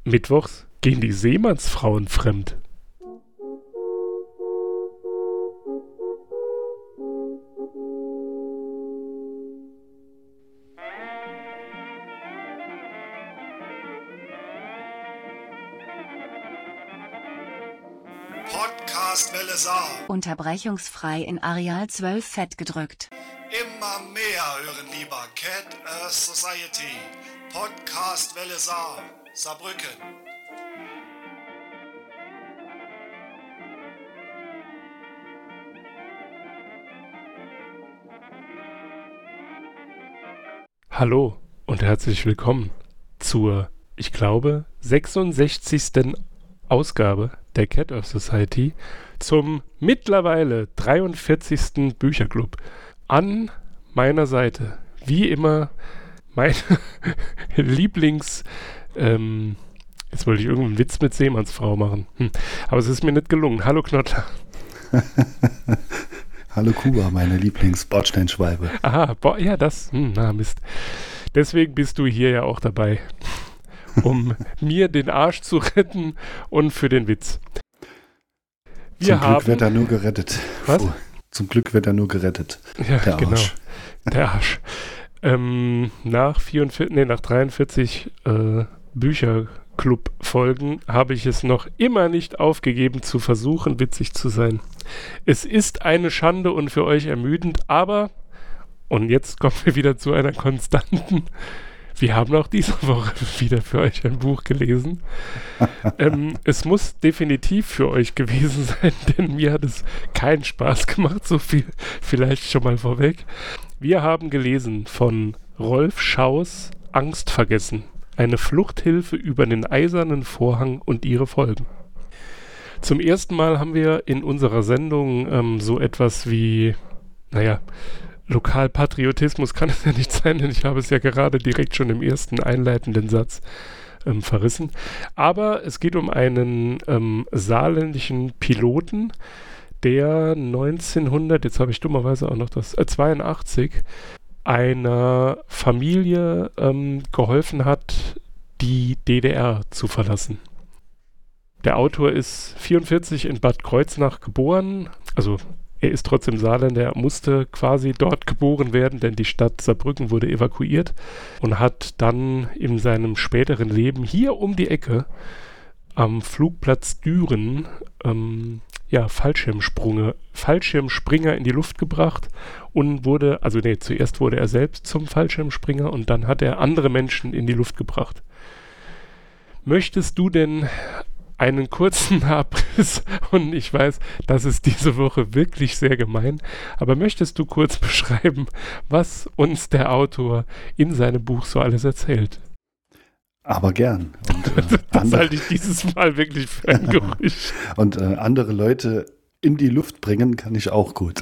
Mittwochs gehen die Seemannsfrauen fremd. Podcast Welle Saar. Unterbrechungsfrei in Areal 12 fett gedrückt. Immer mehr hören lieber Cat Earth Society. Podcast Welle Saar. Saarbrücken. Hallo und herzlich willkommen zur, ich glaube, 66. Ausgabe der Cat Earth Society zum mittlerweile 43. Bücherclub. An meiner Seite, wie immer, meine Lieblings... jetzt wollte ich irgendeinen Witz mit Seemannsfrau machen. Aber es ist mir nicht gelungen. Hallo Knottler. Hallo Kuba, meine Lieblings-Bordsteinschwalbe. Aha, ja, das, Mist. Deswegen bist du hier ja auch dabei, um mir den Arsch zu retten und für den Witz. Zum Glück wird er nur gerettet. Was? Oh, zum Glück wird er nur gerettet. Ja, der genau. Arsch. Der Arsch. Nach 43 Bücherclub-Folgen habe ich es noch immer nicht aufgegeben, zu versuchen, witzig zu sein. Es ist eine Schande und für euch ermüdend, aber, und jetzt kommen wir wieder zu einer Konstanten, wir haben auch diese Woche wieder für euch ein Buch gelesen. Es muss definitiv für euch gewesen sein, denn mir hat es keinen Spaß gemacht, so viel vielleicht schon mal vorweg. Wir haben gelesen von Rolf Schauß Angst vergessen. Eine Fluchthilfe über den eisernen Vorhang und ihre Folgen. Zum ersten Mal haben wir in unserer Sendung so etwas wie, Lokalpatriotismus kann es ja nicht sein, denn ich habe es ja gerade direkt schon im ersten einleitenden Satz verrissen. Aber es geht um einen saarländischen Piloten, der 1900, jetzt habe ich dummerweise auch noch das, 82, einer Familie geholfen hat, die DDR zu verlassen. Der Autor ist 44 in Bad Kreuznach geboren, also er ist trotzdem Saarländer, er musste quasi dort geboren werden, denn die Stadt Saarbrücken wurde evakuiert und hat dann in seinem späteren Leben hier um die Ecke am Flugplatz Düren Fallschirmspringer in die Luft gebracht und zuerst wurde er selbst zum Fallschirmspringer und dann hat er andere Menschen in die Luft gebracht. Möchtest du denn einen kurzen Abriss, und ich weiß, das ist diese Woche wirklich sehr gemein, aber möchtest du kurz beschreiben, was uns der Autor in seinem Buch so alles erzählt? Aber gern. Und, das halte ich dieses Mal wirklich für ein Gerücht. Und andere Leute in die Luft bringen kann ich auch gut.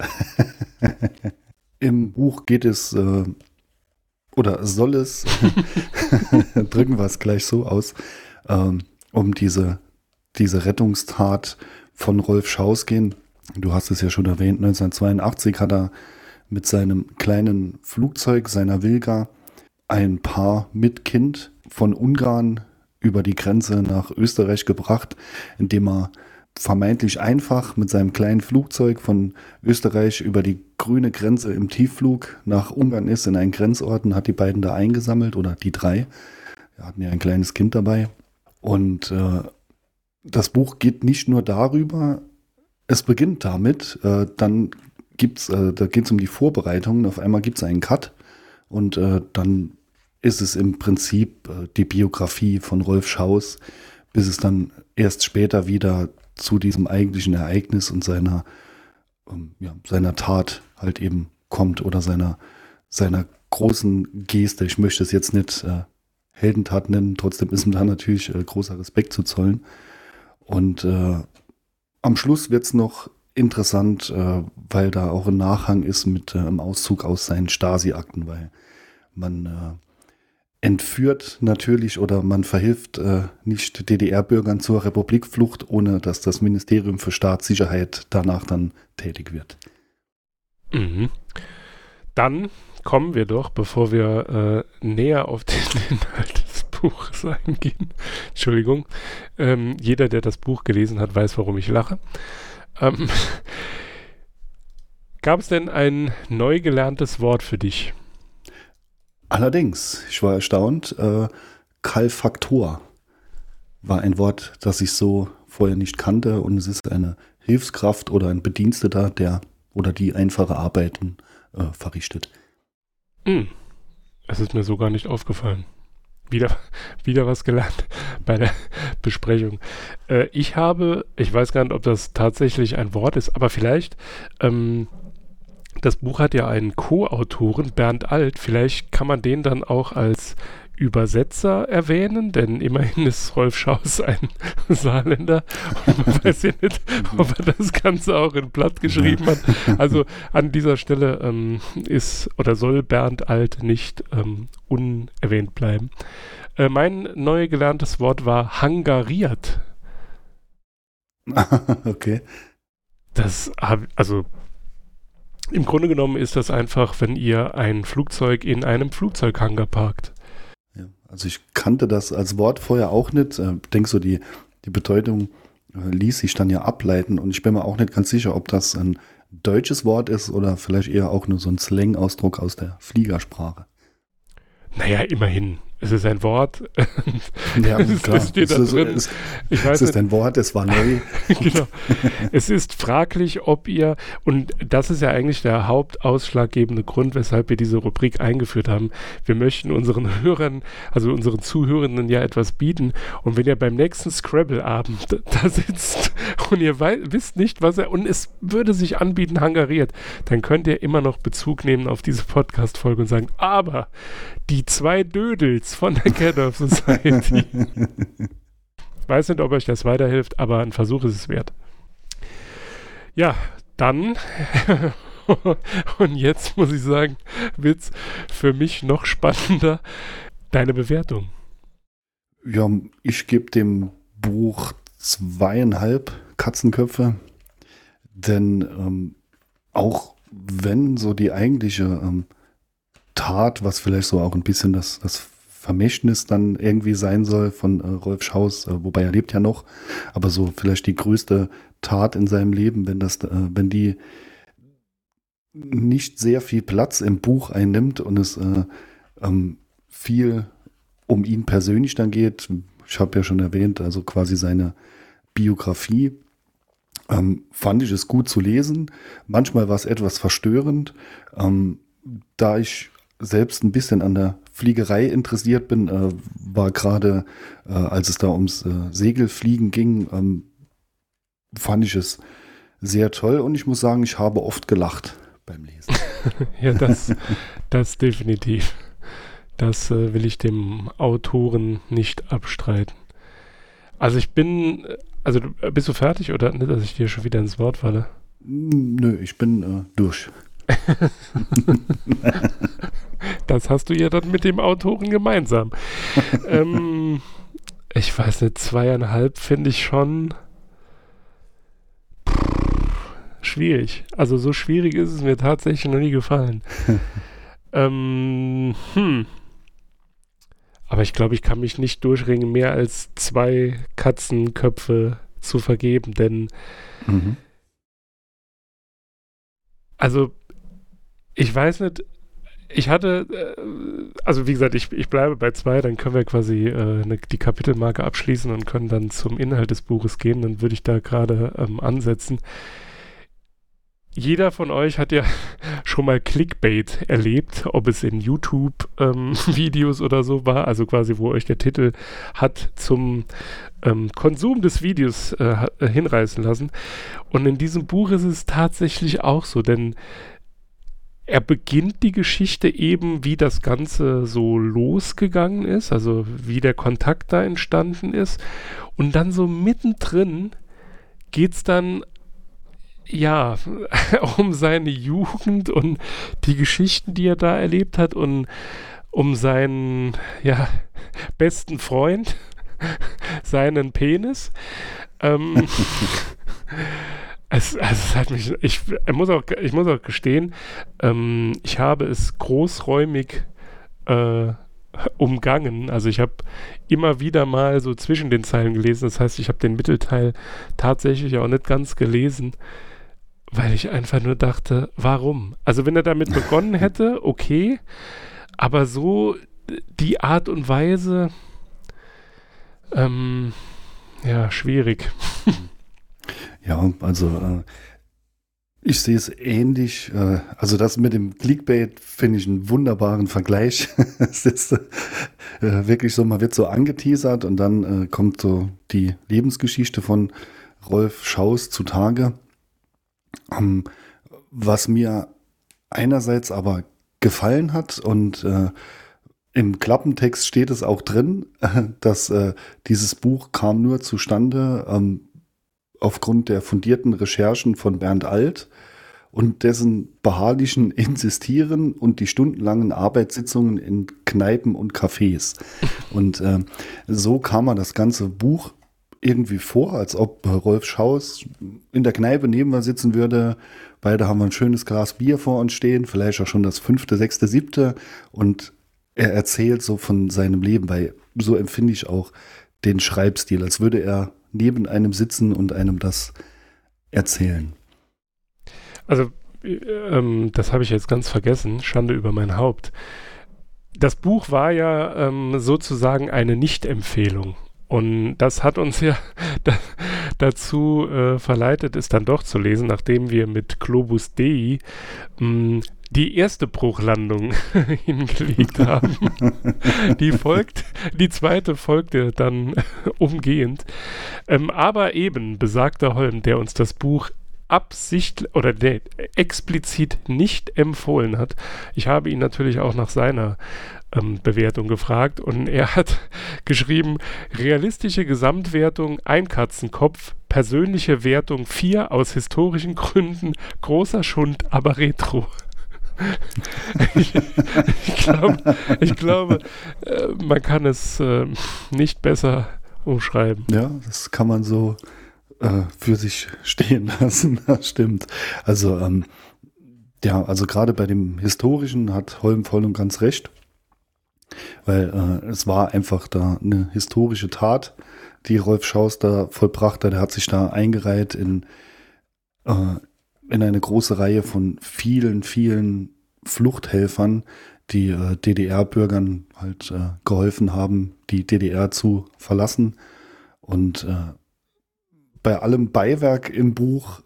Im Buch geht es, oder soll es, drücken wir es gleich so aus, um diese Rettungstat von Rolf Schauß gehen. Du hast es ja schon erwähnt, 1982 hat er mit seinem kleinen Flugzeug, seiner Wilga, ein Paar mit Kind von Ungarn über die Grenze nach Österreich gebracht, indem er vermeintlich einfach mit seinem kleinen Flugzeug von Österreich über die grüne Grenze im Tiefflug nach Ungarn ist, in einen Grenzort, und hat die beiden da eingesammelt, oder die drei. Wir hatten ja ein kleines Kind dabei. Und das Buch geht nicht nur darüber, es beginnt damit, dann da geht es um die Vorbereitungen, auf einmal gibt es einen Cut und dann ist es im Prinzip die Biografie von Rolf Schauß, bis es dann erst später wieder zu diesem eigentlichen Ereignis und seiner Tat halt eben kommt oder seiner großen Geste. Ich möchte es jetzt nicht Heldentat nennen, trotzdem ist ihm da natürlich großer Respekt zu zollen. Und am Schluss wird es noch interessant, weil da auch ein Nachhang ist mit einem Auszug aus seinen Stasi-Akten, weil man entführt natürlich oder man verhilft nicht DDR-Bürgern zur Republikflucht, ohne dass das Ministerium für Staatssicherheit danach dann tätig wird. Mhm. Dann kommen wir doch, bevor wir näher auf den Inhalt des Buches eingehen. Entschuldigung. Jeder, der das Buch gelesen hat, weiß, warum ich lache. Gab es denn ein neu gelerntes Wort für dich? Allerdings, ich war erstaunt, Kalfaktor war ein Wort, das ich so vorher nicht kannte, und es ist eine Hilfskraft oder ein Bediensteter, der oder die einfache Arbeiten verrichtet. Es ist mir so gar nicht aufgefallen. Wieder was gelernt bei der Besprechung. Ich weiß gar nicht, ob das tatsächlich ein Wort ist, aber vielleicht, das Buch hat ja einen Co-Autoren, Bernd Alt, vielleicht kann man den dann auch als Übersetzer erwähnen, denn immerhin ist Rolf Schaus ein Saarländer und man weiß ja nicht, ob er das Ganze auch in Blatt geschrieben hat. Also an dieser Stelle soll Bernd Alt nicht unerwähnt bleiben. Mein neu gelerntes Wort war hangariert. Okay. Im Grunde genommen ist das einfach, wenn ihr ein Flugzeug in einem Flugzeughangar parkt. Ja, also ich kannte das als Wort vorher auch nicht. Denk so, die Bedeutung ließ sich dann ja ableiten, und ich bin mir auch nicht ganz sicher, ob das ein deutsches Wort ist oder vielleicht eher auch nur so ein Slang-Ausdruck aus der Fliegersprache. Naja, immerhin. Es ist ein Wort. Ja, klar. Es ist ein Wort, es war neu. Genau. Es ist fraglich, ob ihr, und das ist ja eigentlich der hauptausschlaggebende Grund, weshalb wir diese Rubrik eingeführt haben. Wir möchten unseren Hörern, also unseren Zuhörenden ja etwas bieten. Und wenn ihr beim nächsten Scrabble-Abend da sitzt und ihr wisst nicht, und es würde sich anbieten, hangariert, dann könnt ihr immer noch Bezug nehmen auf diese Podcast-Folge und sagen, aber die 2 Dödels von der Cat of Society. Ich weiß nicht, ob euch das weiterhilft, aber ein Versuch ist es wert. Ja, dann und jetzt muss ich sagen, wird's für mich noch spannender. Deine Bewertung. Ja, ich gebe dem Buch 2,5 Katzenköpfe, denn auch wenn so die eigentliche Tat, was vielleicht so auch ein bisschen das Vermächtnis dann irgendwie sein soll von Rolf Schaus, wobei er lebt ja noch, aber so vielleicht die größte Tat in seinem Leben, wenn die nicht sehr viel Platz im Buch einnimmt und es viel um ihn persönlich dann geht. Ich habe ja schon erwähnt, also quasi seine Biografie. Fand ich es gut zu lesen. Manchmal war es etwas verstörend, da ich selbst ein bisschen an der Fliegerei interessiert bin, war gerade, als es da ums Segelfliegen ging, fand ich es sehr toll, und ich muss sagen, ich habe oft gelacht beim Lesen. Ja, das definitiv. Das will ich dem Autoren nicht abstreiten. Also bist du fertig oder nicht, dass ich dir schon wieder ins Wort falle? Nö, ich bin durch. Das hast du ja dann mit dem Autoren gemeinsam. Ich weiß nicht, 2,5 finde ich schon schwierig. Also so schwierig ist es mir tatsächlich noch nie gefallen. Aber ich glaube, ich kann mich nicht durchringen, mehr als 2 Katzenköpfe zu vergeben, denn also ich weiß nicht, ich hatte, also wie gesagt, ich bleibe bei 2, dann können wir quasi die Kapitelmarke abschließen und können dann zum Inhalt des Buches gehen, dann würde ich da gerade ansetzen. Jeder von euch hat ja schon mal Clickbait erlebt, ob es in YouTube-Videos oder so war, also quasi, wo euch der Titel hat zum Konsum des Videos hinreißen lassen. Und in diesem Buch ist es tatsächlich auch so, denn er beginnt die Geschichte eben, wie das Ganze so losgegangen ist, also wie der Kontakt da entstanden ist. Und dann so mittendrin geht es dann ja um seine Jugend und die Geschichten, die er da erlebt hat, und um seinen besten Freund, seinen Penis. Es hat mich, ich muss auch gestehen, ich habe es großräumig umgangen. Also ich habe immer wieder mal so zwischen den Zeilen gelesen. Das heißt, ich habe den Mittelteil tatsächlich auch nicht ganz gelesen, weil ich einfach nur dachte, warum? Also wenn er damit begonnen hätte, okay, aber so die Art und Weise, ja, schwierig. Ja, also ich sehe es ähnlich. Also das mit dem Clickbait finde ich einen wunderbaren Vergleich. Es ist wirklich so, man wird so angeteasert und dann kommt so die Lebensgeschichte von Rolf Schaus zutage. Was mir einerseits aber gefallen hat und im Klappentext steht es auch drin, dass dieses Buch kam nur zustande aufgrund der fundierten Recherchen von Bernd Alt und dessen beharrlichen Insistieren und die stundenlangen Arbeitssitzungen in Kneipen und Cafés. Und so kam man das ganze Buch irgendwie vor, als ob Rolf Schaus in der Kneipe neben mir sitzen würde. Beide haben ein schönes Glas Bier vor uns stehen, vielleicht auch schon das 5., 6., 7. Und er erzählt so von seinem Leben, weil so empfinde ich auch den Schreibstil, als würde er neben einem sitzen und einem das erzählen. Also, das habe ich jetzt ganz vergessen, Schande über mein Haupt. Das Buch war ja sozusagen eine Nicht-Empfehlung. Und das hat uns ja dazu verleitet, es dann doch zu lesen, nachdem wir mit Globus Dei die erste Bruchlandung hingelegt haben. Die zweite folgte dann umgehend. Aber eben besagter Holm, der uns das Buch explizit nicht empfohlen hat. Ich habe ihn natürlich auch nach seiner Bewertung gefragt und er hat geschrieben, realistische Gesamtwertung, ein Katzenkopf, persönliche Wertung 4 aus historischen Gründen, großer Schund, aber retro. Ich glaube, man kann es nicht besser umschreiben. Ja, das kann man so für sich stehen lassen, das stimmt. Also, ja, also gerade bei dem Historischen hat Holm voll und ganz recht, weil es war einfach da eine historische Tat, die Rolf Schaus da vollbracht hat. Er hat sich da eingereiht in eine große Reihe von vielen, vielen Fluchthelfern, die DDR-Bürgern halt geholfen haben, die DDR zu verlassen. Und bei allem Beiwerk im Buch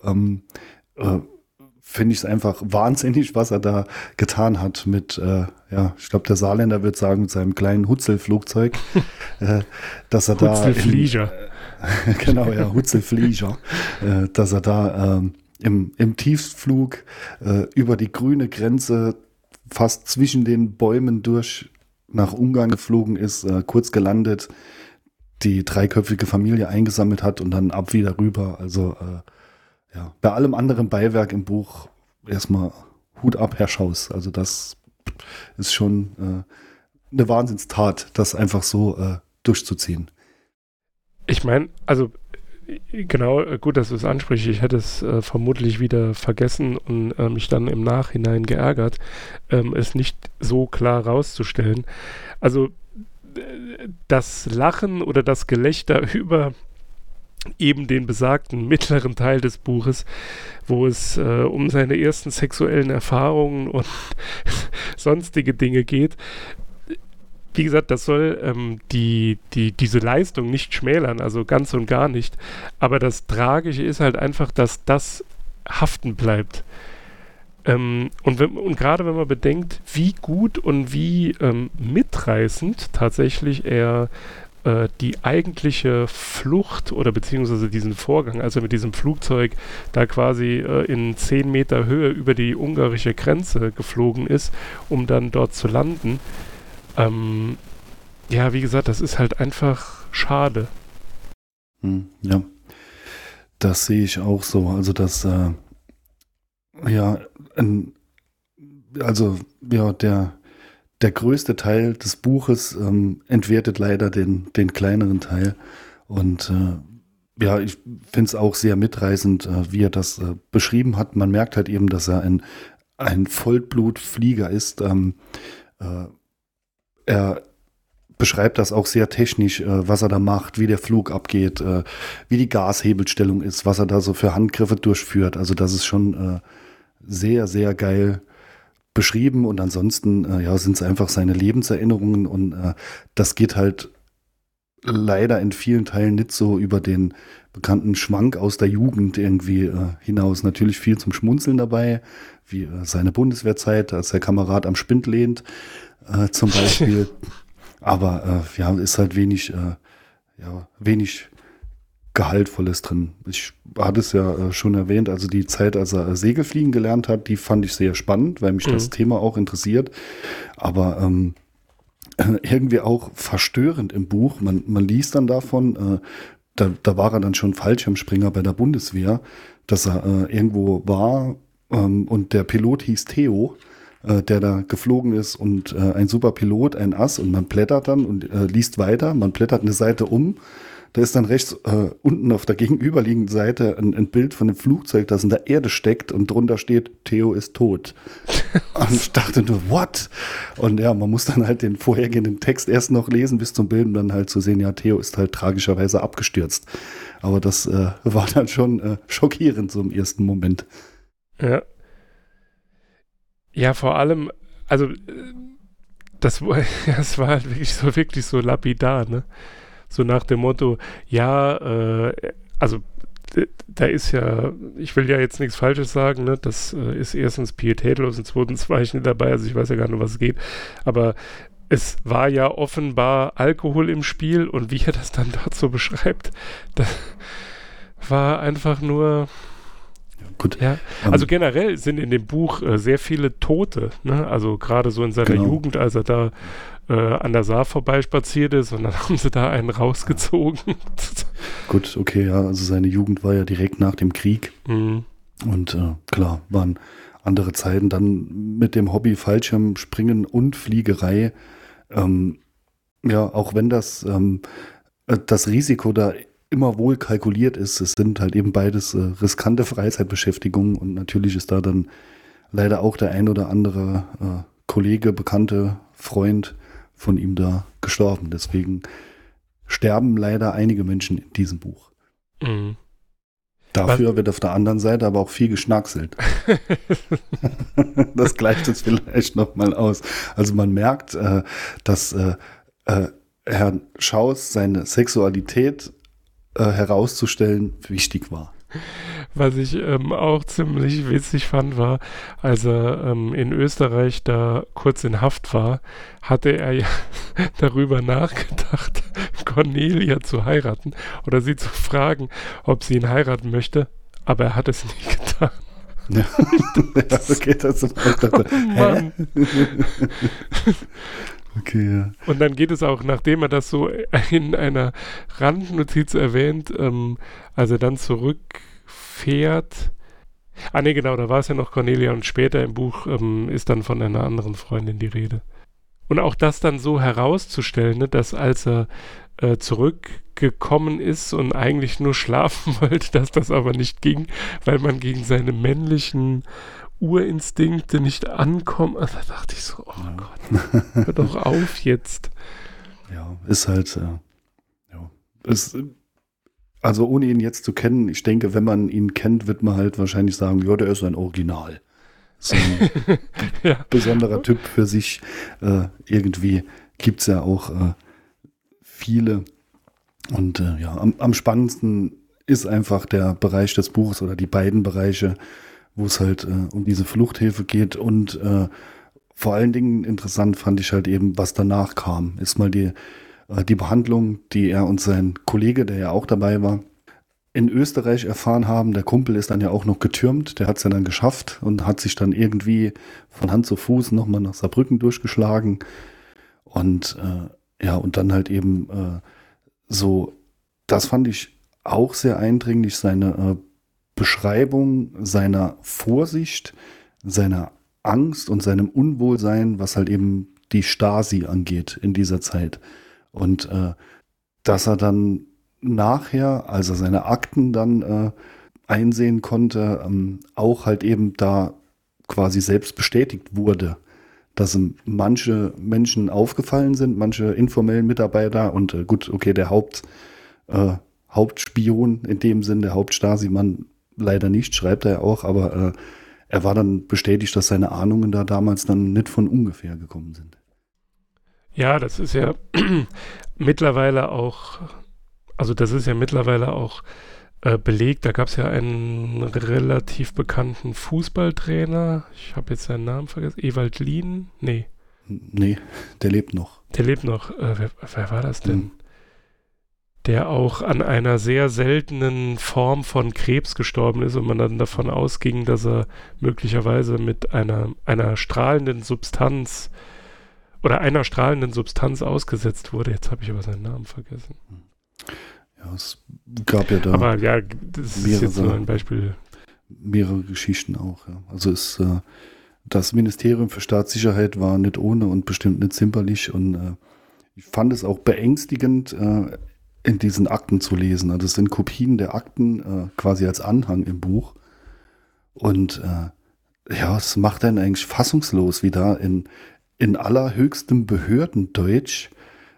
finde ich es einfach wahnsinnig, was er da getan hat mit, ich glaube, der Saarländer wird sagen, mit seinem kleinen Hutzelflugzeug, dass er da Hutzelflieger. Genau, ja, Hutzelflieger, dass er da im Tiefstflug über die grüne Grenze fast zwischen den Bäumen durch nach Ungarn geflogen ist, kurz gelandet, die dreiköpfige Familie eingesammelt hat und dann ab wieder rüber. Also bei allem anderen Beiwerk im Buch erstmal Hut ab, Herr Schaus. Also das ist schon eine Wahnsinnstat, das einfach so durchzuziehen. Ich meine, also genau, gut, dass du es ansprichst. Ich hätte es vermutlich wieder vergessen und mich dann im Nachhinein geärgert, es nicht so klar rauszustellen. Also das Lachen oder das Gelächter über eben den besagten mittleren Teil des Buches, wo es um seine ersten sexuellen Erfahrungen und sonstige Dinge geht. Wie gesagt, das soll diese Leistung nicht schmälern, also ganz und gar nicht. Aber das Tragische ist halt einfach, dass das haften bleibt. Und gerade wenn man bedenkt, wie gut und wie mitreißend tatsächlich er die eigentliche Flucht oder beziehungsweise diesen Vorgang, also mit diesem Flugzeug da quasi in 10 Meter Höhe über die ungarische Grenze geflogen ist, um dann dort zu landen. Wie gesagt, das ist halt einfach schade. Ja, das sehe ich auch so. Also das, der größte Teil des Buches entwertet leider den kleineren Teil. Und ich finde es auch sehr mitreißend, wie er das beschrieben hat. Man merkt halt eben, dass er ein Vollblutflieger ist. Er beschreibt das auch sehr technisch, was er da macht, wie der Flug abgeht, wie die Gashebelstellung ist, was er da so für Handgriffe durchführt. Also das ist schon sehr, sehr geil beschrieben und ansonsten sind es einfach seine Lebenserinnerungen und das geht halt leider in vielen Teilen nicht so über den bekannten Schwank aus der Jugend irgendwie hinaus. Natürlich viel zum Schmunzeln dabei, wie seine Bundeswehrzeit, als der Kamerad am Spind lehnt zum Beispiel. Aber ist halt wenig Gehaltvolles drin. Ich hatte es ja schon erwähnt, also die Zeit, als er Segelfliegen gelernt hat, die fand ich sehr spannend, weil mich das Thema auch interessiert. Aber irgendwie auch verstörend im Buch. Man liest dann davon, da war er dann schon Fallschirmspringer bei der Bundeswehr, dass er irgendwo war und der Pilot hieß Theo, der da geflogen ist und ein super Pilot, ein Ass und man blättert dann und liest weiter, man blättert eine Seite um, da ist dann rechts unten auf der gegenüberliegenden Seite ein Bild von einem Flugzeug, das in der Erde steckt und drunter steht, Theo ist tot. Und ich dachte nur, what? Und ja, man muss dann halt den vorhergehenden Text erst noch lesen bis zum Bild und dann halt zu sehen, ja, Theo ist halt tragischerweise abgestürzt. Aber das war dann schon schockierend so im ersten Moment. Ja. Ja, vor allem, also es war halt wirklich so lapidar, ne? So nach dem Motto, ja, also da ist ja, ich will ja jetzt nichts Falsches sagen, ne? Das ist erstens pietätlos und zweitens war ich nicht dabei, also ich weiß ja gar nicht, um was es geht, aber es war ja offenbar Alkohol im Spiel und wie er das dann dort so beschreibt, das war einfach nur... Gut. Ja, also generell sind in dem Buch sehr viele Tote, ne? Also gerade so in seiner Jugend, als er da an der Saar vorbeispaziert ist und dann haben sie da einen rausgezogen. Gut, okay, ja, also seine Jugend war ja direkt nach dem Krieg und klar, waren andere Zeiten. Dann mit dem Hobby Fallschirmspringen und Fliegerei, auch wenn das Risiko da immer wohl kalkuliert ist. Es sind halt eben beides riskante Freizeitbeschäftigungen und natürlich ist da dann leider auch der ein oder andere Kollege, Bekannte, Freund von ihm da gestorben. Deswegen sterben leider einige Menschen in diesem Buch. Mhm. Dafür wird auf der anderen Seite aber auch viel geschnackselt. Das gleicht es vielleicht nochmal aus. Also man merkt, dass Herrn Schaus seine Sexualität herauszustellen, wichtig war. Was ich auch ziemlich witzig fand, war, als er in Österreich da kurz in Haft war, hatte er ja darüber nachgedacht, Cornelia zu heiraten oder sie zu fragen, ob sie ihn heiraten möchte, aber er hat es nie getan. Ja, okay, das ist Mann. Okay, ja. Und dann geht es auch, nachdem er das so in einer Randnotiz erwähnt, als er dann zurückfährt. Genau, da war es ja noch Cornelia und später im Buch ist dann von einer anderen Freundin die Rede. Und auch das dann so herauszustellen, ne, dass als er zurückgekommen ist und eigentlich nur schlafen wollte, dass das aber nicht ging, weil man gegen seine männlichen Urinstinkte nicht ankommen. Also da dachte ich so, oh Gott, hör doch auf jetzt. Ja, ist halt, also ohne ihn jetzt zu kennen, ich denke, wenn man ihn kennt, wird man halt wahrscheinlich sagen, ja, der ist ein Original. So ein besonderer Typ für sich. Irgendwie gibt es ja auch viele. Und am spannendsten ist einfach der Bereich des Buches oder die beiden Bereiche, wo es halt um diese Fluchthilfe geht und vor allen Dingen interessant fand ich halt eben, was danach kam. Ist mal die Behandlung, die er und sein Kollege, der ja auch dabei war, in Österreich erfahren haben. Der Kumpel ist dann ja auch noch getürmt, der hat es ja dann geschafft und hat sich dann irgendwie von Hand zu Fuß nochmal nach Saarbrücken durchgeschlagen und und dann halt eben so, das fand ich auch sehr eindringlich, seine Beschreibung seiner Vorsicht, seiner Angst und seinem Unwohlsein, was halt eben die Stasi angeht in dieser Zeit. Und dass er dann nachher, als er seine Akten dann einsehen konnte, auch halt eben da quasi selbst bestätigt wurde, dass ihm manche Menschen aufgefallen sind, manche informellen Mitarbeiter und gut, okay, der Hauptspion in dem Sinn, der Hauptstasi-Mann leider nicht, schreibt er ja auch, aber er war dann bestätigt, dass seine Ahnungen da damals dann nicht von ungefähr gekommen sind. Ja, das ist ja mittlerweile auch, belegt. Da gab es ja einen relativ bekannten Fußballtrainer, ich habe jetzt seinen Namen vergessen, Ewald Lien? Nee, der lebt noch. Der lebt noch. Wer war das denn? Der auch an einer sehr seltenen Form von Krebs gestorben ist und man dann davon ausging, dass er möglicherweise mit einer strahlenden Substanz ausgesetzt wurde. Jetzt habe ich aber seinen Namen vergessen. Ja, es gab ja da. Aber ja, das ist jetzt nur ein Beispiel. Mehrere Geschichten auch, ja. Also das Ministerium für Staatssicherheit war nicht ohne und bestimmt nicht zimperlich und ich fand es auch beängstigend, in diesen Akten zu lesen. Also es sind Kopien der Akten quasi als Anhang im Buch. Und es macht einen eigentlich fassungslos, wie da in allerhöchstem Behördendeutsch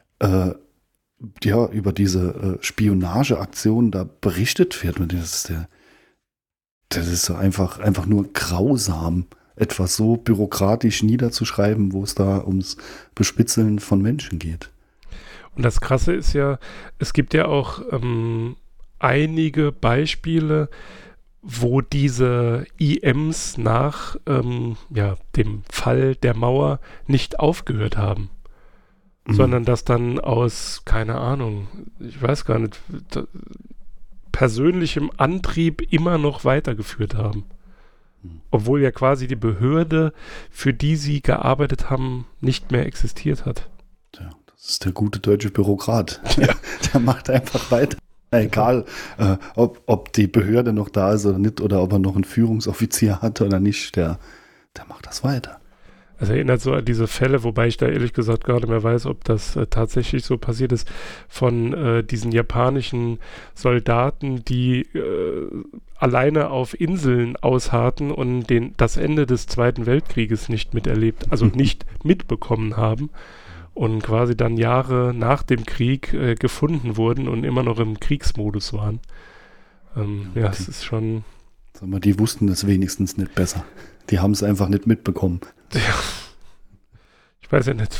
über diese Spionageaktion da berichtet wird. Und das ist so einfach nur grausam, etwas so bürokratisch niederzuschreiben, wo es da ums Bespitzeln von Menschen geht. Und das Krasse ist ja, es gibt ja auch einige Beispiele, wo diese IMs nach dem Fall der Mauer nicht aufgehört haben, sondern das dann aus, keine Ahnung, ich weiß gar nicht, persönlichem Antrieb immer noch weitergeführt haben. Obwohl ja quasi die Behörde, für die sie gearbeitet haben, nicht mehr existiert hat. Ja. Das ist der gute deutsche Bürokrat. Der macht einfach weiter. Egal, ob die Behörde noch da ist oder nicht, oder ob er noch einen Führungsoffizier hat oder nicht, der macht das weiter. Es erinnert so an diese Fälle, wobei ich da ehrlich gesagt gar nicht mehr weiß, ob das tatsächlich so passiert ist, von diesen japanischen Soldaten, die alleine auf Inseln ausharrten und das Ende des Zweiten Weltkrieges nicht nicht mitbekommen haben. Und quasi dann Jahre nach dem Krieg gefunden wurden und immer noch im Kriegsmodus waren. Es ist schon... Sag mal, die wussten es wenigstens nicht besser. Die haben es einfach nicht mitbekommen. Ja. Ich weiß ja nicht,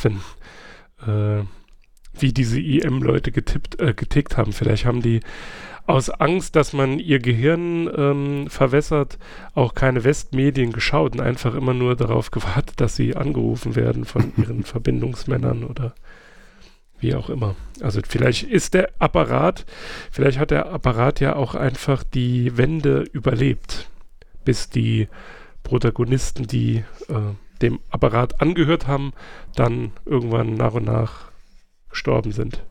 wie diese IM-Leute getickt haben. Vielleicht haben die aus Angst, dass man ihr Gehirn verwässert, auch keine Westmedien geschaut und einfach immer nur darauf gewartet, dass sie angerufen werden von ihren Verbindungsmännern oder wie auch immer. Also vielleicht hat der Apparat ja auch einfach die Wende überlebt, bis die Protagonisten, die dem Apparat angehört haben, dann irgendwann nach und nach gestorben sind.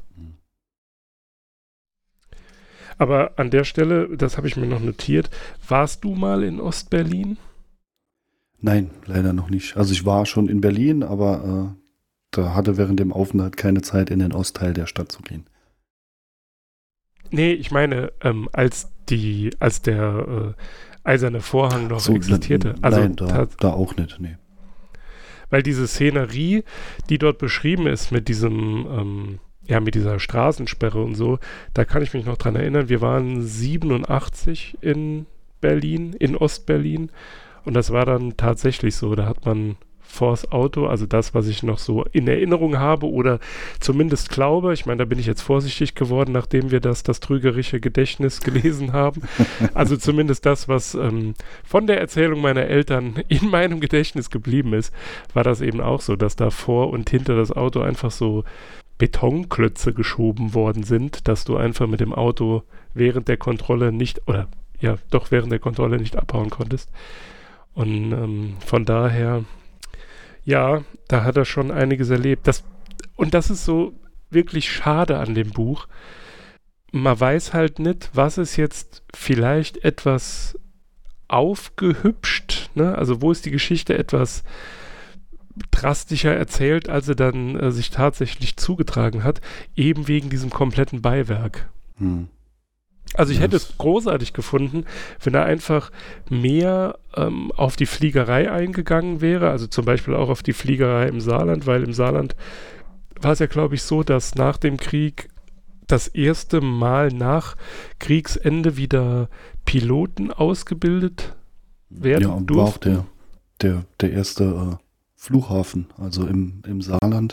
Aber an der Stelle, das habe ich mir noch notiert, warst du mal in Ostberlin? Nein, leider noch nicht. Also ich war schon in Berlin, aber da hatte während dem Aufenthalt keine Zeit, in den Ostteil der Stadt zu gehen. Nee, ich meine, als der eiserne Vorhang noch existierte. Also nein, da auch nicht, nee. Weil diese Szenerie, die dort beschrieben ist mit diesem mit dieser Straßensperre und so, da kann ich mich noch dran erinnern, wir waren 87 in Berlin, in Ostberlin und das war dann tatsächlich so, da hat man vors Auto, also das, was ich noch so in Erinnerung habe oder zumindest glaube, ich meine, da bin ich jetzt vorsichtig geworden, nachdem wir das trügerische Gedächtnis gelesen haben, also zumindest das, was von der Erzählung meiner Eltern in meinem Gedächtnis geblieben ist, war das eben auch so, dass da vor und hinter das Auto einfach so Betonklötze geschoben worden sind, dass du einfach mit dem Auto während der Kontrolle nicht abhauen konntest. Und von daher, ja, da hat er schon einiges erlebt. Das ist so wirklich schade an dem Buch. Man weiß halt nicht, was ist jetzt vielleicht etwas aufgehübscht, ne? Also wo ist die Geschichte etwas drastischer erzählt, als sie dann sich tatsächlich zugetragen hat, eben wegen diesem kompletten Beiwerk. Also ich hätte es großartig gefunden, wenn er einfach mehr auf die Fliegerei eingegangen wäre, also zum Beispiel auch auf die Fliegerei im Saarland, weil im Saarland war es ja, glaube ich, so, dass nach dem Krieg das erste Mal nach Kriegsende wieder Piloten ausgebildet werden und war auch der erste Flughafen, also im Saarland.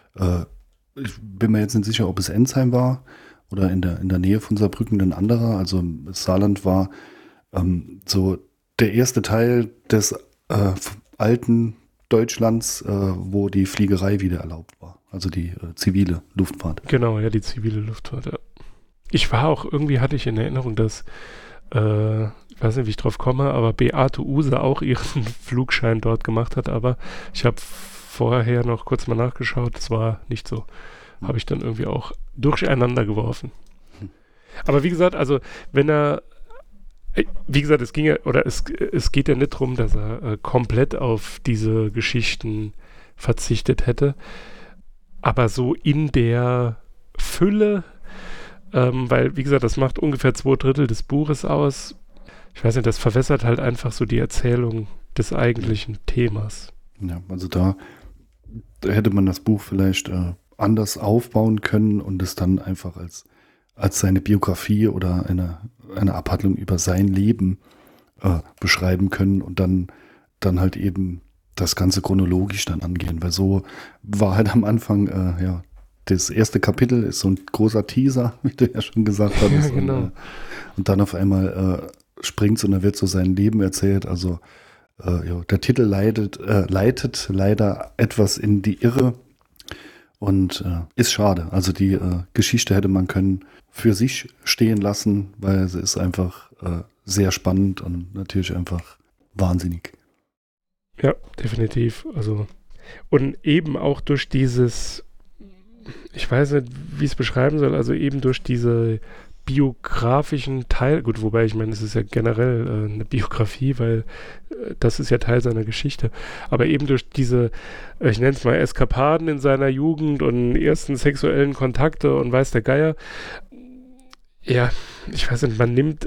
Ich bin mir jetzt nicht sicher, ob es Ensheim war oder in der Nähe von Saarbrücken ein anderer. Also das Saarland war so der erste Teil des alten Deutschlands, wo die Fliegerei wieder erlaubt war. Also die zivile Luftfahrt. Genau, ja, die zivile Luftfahrt, ja. Ich war auch, irgendwie hatte ich in Erinnerung, dass, ich weiß nicht, wie ich drauf komme, aber Beate Uhse auch ihren Flugschein dort gemacht hat, aber ich habe vorher noch kurz mal nachgeschaut, es war nicht so. Habe ich dann irgendwie auch durcheinander geworfen. Aber wie gesagt, also wenn er, wie gesagt, es ging ja, oder es geht ja nicht darum, dass er komplett auf diese Geschichten verzichtet hätte, aber so in der Fülle, weil, wie gesagt, das macht ungefähr 2/3 des Buches aus. Ich weiß nicht, das verwässert halt einfach so die Erzählung des eigentlichen Themas. Ja, also da hätte man das Buch vielleicht anders aufbauen können und es dann einfach als seine Biografie oder eine Abhandlung über sein Leben beschreiben können und dann halt eben das Ganze chronologisch dann angehen, weil so war halt am Anfang, das erste Kapitel ist so ein großer Teaser, wie du ja schon gesagt hast. Ja, genau. Und dann auf einmal springt es und dann wird so sein Leben erzählt. Also der Titel leitet leider etwas in die Irre und ist schade. Also die Geschichte hätte man können für sich stehen lassen, weil sie ist einfach sehr spannend und natürlich einfach wahnsinnig. Ja, definitiv. Also, und eben auch durch dieses, ich weiß nicht, wie ich es beschreiben soll, also eben durch diese biografischen Teil, gut, wobei ich meine, es ist ja generell eine Biografie, weil das ist ja Teil seiner Geschichte, aber eben durch diese, ich nenne es mal Eskapaden in seiner Jugend und ersten sexuellen Kontakte und weiß der Geier, ja, ich weiß nicht, man nimmt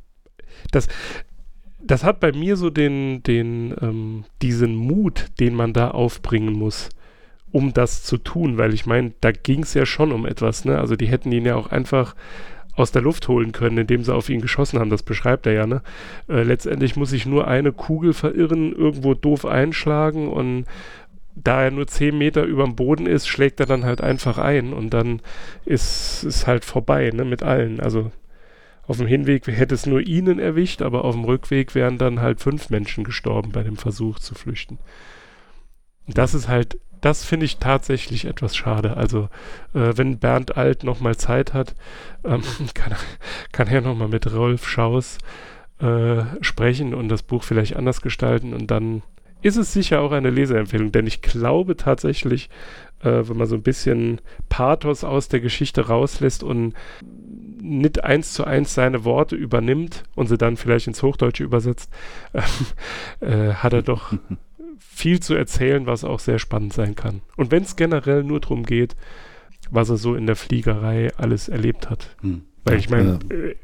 das hat bei mir so diesen Mut, den man da aufbringen muss, um das zu tun, weil ich meine, da ging es ja schon um etwas, ne? Also die hätten ihn ja auch einfach aus der Luft holen können, indem sie auf ihn geschossen haben, das beschreibt er ja, ne? Letztendlich muss sich nur eine Kugel verirren, irgendwo doof einschlagen und da er nur 10 Meter über dem Boden ist, schlägt er dann halt einfach ein und dann ist es halt vorbei, ne, mit allen, also auf dem Hinweg hätte es nur ihnen erwischt, aber auf dem Rückweg wären dann halt 5 Menschen gestorben bei dem Versuch zu flüchten. Und das ist halt, das finde ich tatsächlich etwas schade. Also wenn Bernd Alt nochmal Zeit hat, kann er nochmal mit Rolf Schaus sprechen und das Buch vielleicht anders gestalten und dann ist es sicher auch eine Leseempfehlung, denn ich glaube tatsächlich, wenn man so ein bisschen Pathos aus der Geschichte rauslässt und nicht 1:1 seine Worte übernimmt und sie dann vielleicht ins Hochdeutsche übersetzt, hat er doch viel zu erzählen, was auch sehr spannend sein kann. Und wenn es generell nur darum geht, was er so in der Fliegerei alles erlebt hat. Weil ich meine,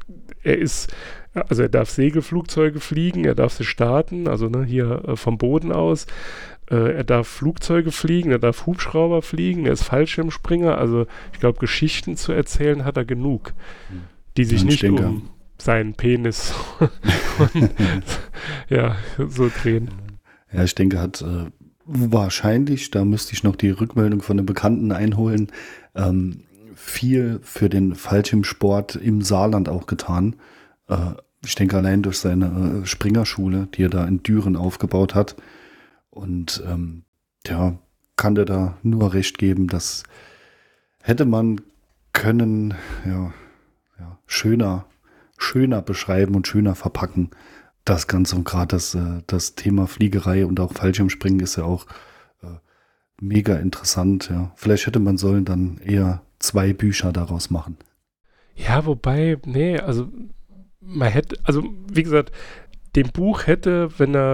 er darf Segelflugzeuge fliegen, er darf sie starten, also ne, hier vom Boden aus. Er darf Flugzeuge fliegen, er darf Hubschrauber fliegen, er ist Fallschirmspringer. Also ich glaube, Geschichten zu erzählen hat er genug, die sich nicht um seinen Penis und, so drehen. Ja, ich denke, hat wahrscheinlich, da müsste ich noch die Rückmeldung von den Bekannten einholen, viel für den Fallschirmsport im Saarland auch getan. Ich denke, allein durch seine Springerschule, die er da in Düren aufgebaut hat. Und kann der da nur recht geben, das hätte man können schöner beschreiben und schöner verpacken, das Ganze. Und gerade das Thema Fliegerei und auch Fallschirmspringen ist ja auch mega interessant. Ja. Vielleicht hätte man sollen dann eher 2 Bücher daraus machen. Ja, wobei, nee, also man hätte, also wie gesagt, dem Buch hätte, wenn er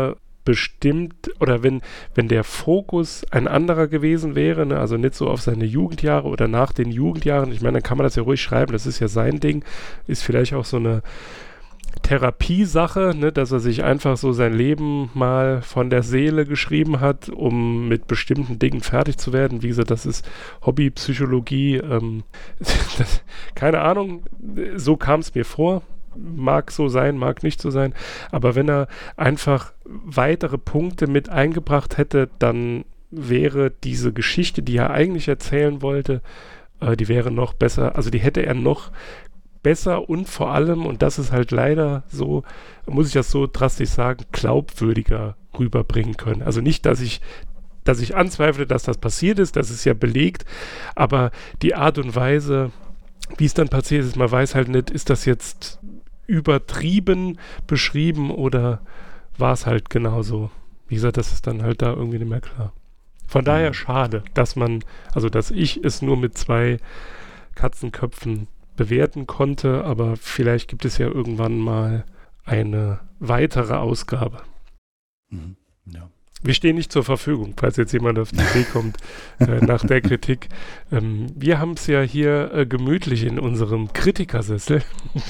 bestimmt, oder wenn der Fokus ein anderer gewesen wäre, ne, also nicht so auf seine Jugendjahre oder nach den Jugendjahren, ich meine, dann kann man das ja ruhig schreiben, das ist ja sein Ding, ist vielleicht auch so eine Therapiesache, ne, dass er sich einfach so sein Leben mal von der Seele geschrieben hat, um mit bestimmten Dingen fertig zu werden. Wie gesagt, das ist Hobbypsychologie. Keine Ahnung, so kam es mir vor. Mag so sein, mag nicht so sein. Aber wenn er einfach weitere Punkte mit eingebracht hätte, dann wäre diese Geschichte, die er eigentlich erzählen wollte, die wäre noch besser, also die hätte er noch besser und vor allem, und das ist halt leider so, muss ich das so drastisch sagen, glaubwürdiger rüberbringen können. Also nicht, dass ich anzweifle, dass das passiert ist, das ist ja belegt, aber die Art und Weise, wie es dann passiert ist, man weiß halt nicht, ist das jetzt übertrieben beschrieben oder war es halt genauso. Wie gesagt, das ist dann halt da irgendwie nicht mehr klar. Von daher schade, dass ich es nur mit 2 Katzenköpfen bewerten konnte, aber vielleicht gibt es ja irgendwann mal eine weitere Ausgabe. Ja. Wir stehen nicht zur Verfügung, falls jetzt jemand auf die Idee kommt, nach der Kritik. Wir haben es ja hier gemütlich in unserem Kritikersessel.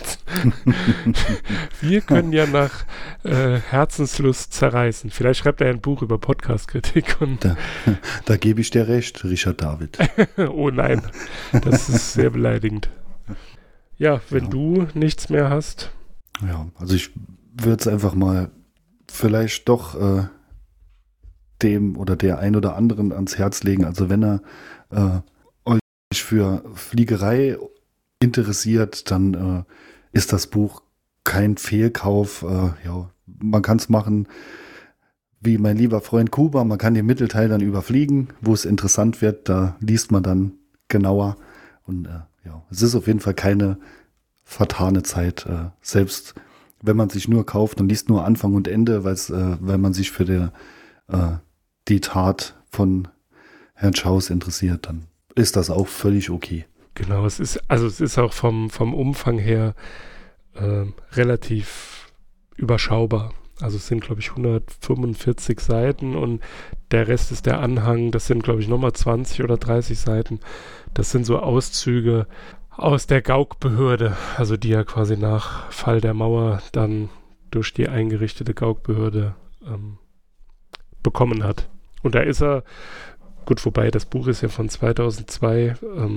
Wir können ja nach Herzenslust zerreißen. Vielleicht schreibt er ein Buch über Podcast-Kritik. Da gebe ich dir recht, Richard David. Oh nein, das ist sehr beleidigend. Ja, wenn du nichts mehr hast. Ja, also ich würde es einfach mal vielleicht doch dem oder der ein oder anderen ans Herz legen. Also wenn er euch für Fliegerei interessiert, dann ist das Buch kein Fehlkauf. Man kann es machen wie mein lieber Freund Kuba. Man kann den Mittelteil dann überfliegen. Wo es interessant wird, da liest man dann genauer. Und es ist auf jeden Fall keine vertane Zeit. Selbst wenn man sich nur kauft und liest nur Anfang und Ende, weil man sich für die Tat von Herrn Schaus interessiert, dann ist das auch völlig okay. Genau, es ist auch vom Umfang her relativ überschaubar. Also es sind, glaube ich, 145 Seiten und der Rest ist der Anhang. Das sind, glaube ich, nochmal 20 oder 30 Seiten. Das sind so Auszüge aus der Gaukbehörde, also die ja quasi nach Fall der Mauer dann durch die eingerichtete Gaukbehörde bekommen hat. Und da ist er, gut, wobei das Buch ist ja von 2002,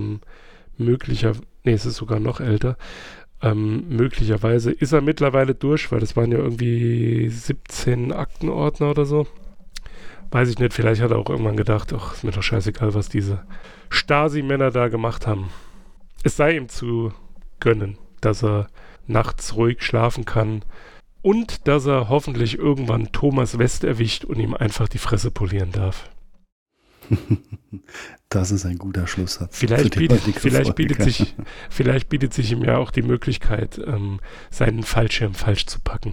es ist sogar noch älter, möglicherweise ist er mittlerweile durch, weil das waren ja irgendwie 17 Aktenordner oder so. Weiß ich nicht, vielleicht hat er auch irgendwann gedacht, ach, ist mir doch scheißegal, was diese Stasi-Männer da gemacht haben. Es sei ihm zu gönnen, dass er nachts ruhig schlafen kann und dass er hoffentlich irgendwann Thomas West erwischt und ihm einfach die Fresse polieren darf. Das ist ein guter Schlusssatz. Vielleicht bietet sich ihm ja auch die Möglichkeit, seinen Fallschirm falsch zu packen.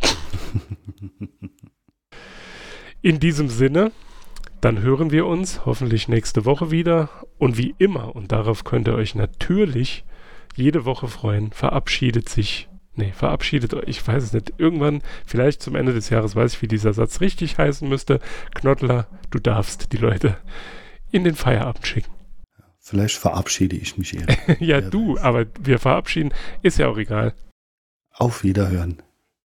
In diesem Sinne, dann hören wir uns hoffentlich nächste Woche wieder. Und wie immer, und darauf könnt ihr euch natürlich jede Woche freuen, verabschiedet euch, ich weiß es nicht, irgendwann, vielleicht zum Ende des Jahres, weiß ich, wie dieser Satz richtig heißen müsste. Knottler, du darfst die Leute in den Feierabend schicken. Vielleicht verabschiede ich mich eher. Ja, du, aber wir verabschieden, ist ja auch egal. Auf Wiederhören.